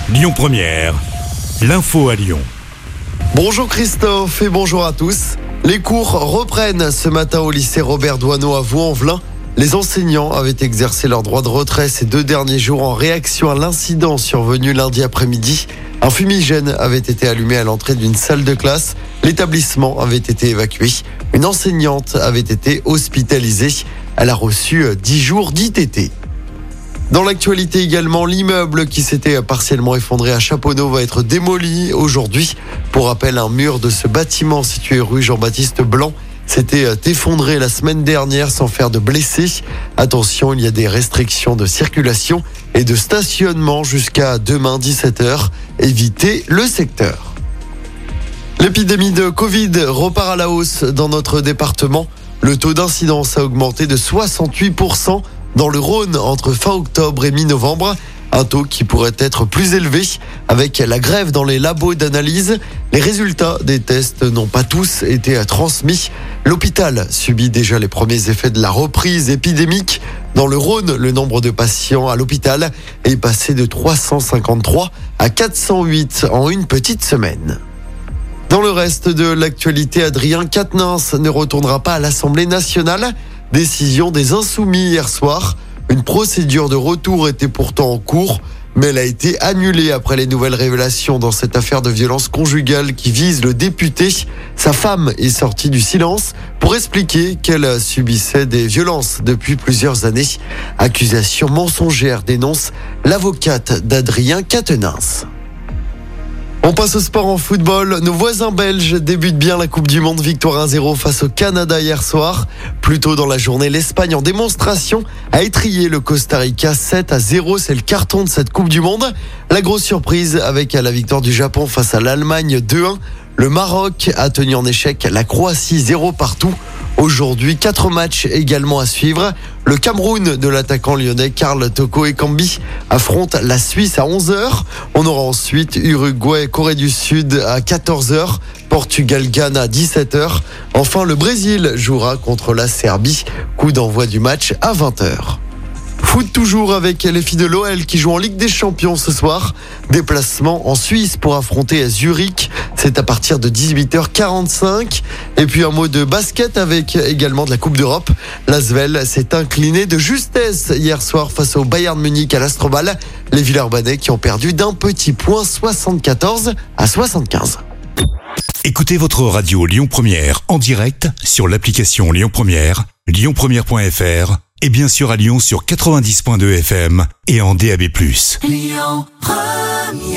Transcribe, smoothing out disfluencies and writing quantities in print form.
Lyon Première, l'info à Lyon. Bonjour Christophe et bonjour à tous. Les cours reprennent ce matin au lycée Robert Doisneau à Vaux-en-Velin. Les enseignants avaient exercé leur droit de retrait ces 2 derniers jours en réaction à l'incident survenu lundi après-midi. Un fumigène avait été allumé à l'entrée d'une salle de classe. L'établissement avait été évacué. Une enseignante avait été hospitalisée. Elle a reçu 10 jours d'ITT. Dans l'actualité également, l'immeuble qui s'était partiellement effondré à Chaponneau va être démoli aujourd'hui. Pour rappel, un mur de ce bâtiment situé rue Jean-Baptiste Blanc s'était effondré la semaine dernière sans faire de blessés. Attention, il y a des restrictions de circulation et de stationnement jusqu'à demain 17h. Évitez le secteur. L'épidémie de Covid repart à la hausse dans notre département. Le taux d'incidence a augmenté de 68% dans le Rhône entre fin octobre et mi-novembre. Un taux qui pourrait être plus élevé avec la grève dans les labos d'analyse. Les résultats des tests n'ont pas tous été transmis. L'hôpital subit déjà les premiers effets de la reprise épidémique. Dans le Rhône, le nombre de patients à l'hôpital est passé de 353 à 408 en une petite semaine. Dans le reste de l'actualité, Adrien Quatennens ne retournera pas à l'Assemblée nationale. Décision des Insoumis hier soir. Une procédure de retour était pourtant en cours, mais elle a été annulée après les nouvelles révélations dans cette affaire de violence conjugale qui vise le député. Sa femme est sortie du silence pour expliquer qu'elle subissait des violences depuis plusieurs années. Accusation mensongère, dénonce l'avocate d'Adrien Quatennens. On passe au sport en football. Nos voisins belges débutent bien la Coupe du Monde. Victoire 1-0 face au Canada hier soir. Plus tôt dans la journée, l'Espagne en démonstration a étrillé le Costa Rica 7-0. C'est le carton de cette Coupe du Monde. La grosse surprise avec la victoire du Japon face à l'Allemagne 2-1. Le Maroc a tenu en échec la Croatie 0 partout. Aujourd'hui, 4 matchs également à suivre. Le Cameroun de l'attaquant lyonnais Karl Toko Ekambi affronte la Suisse à 11h. On aura ensuite Uruguay, Corée du Sud à 14h. Portugal, Ghana à 17h. Enfin, le Brésil jouera contre la Serbie. Coup d'envoi du match à 20h. Foot toujours avec les filles de l'OL qui jouent en Ligue des Champions ce soir. Déplacement en Suisse pour affronter Zurich. C'est à partir de 18h45. Et puis un mot de basket avec également de la Coupe d'Europe. L'Asvel s'est incliné de justesse hier soir face au Bayern Munich à l'Astrobal. Les Villeurbanais qui ont perdu d'un petit point 74-75. Écoutez votre radio Lyon Première en direct sur l'application Lyon Première, lyonpremière.fr et bien sûr à Lyon sur 90.2 FM et en DAB+. Lyon Première.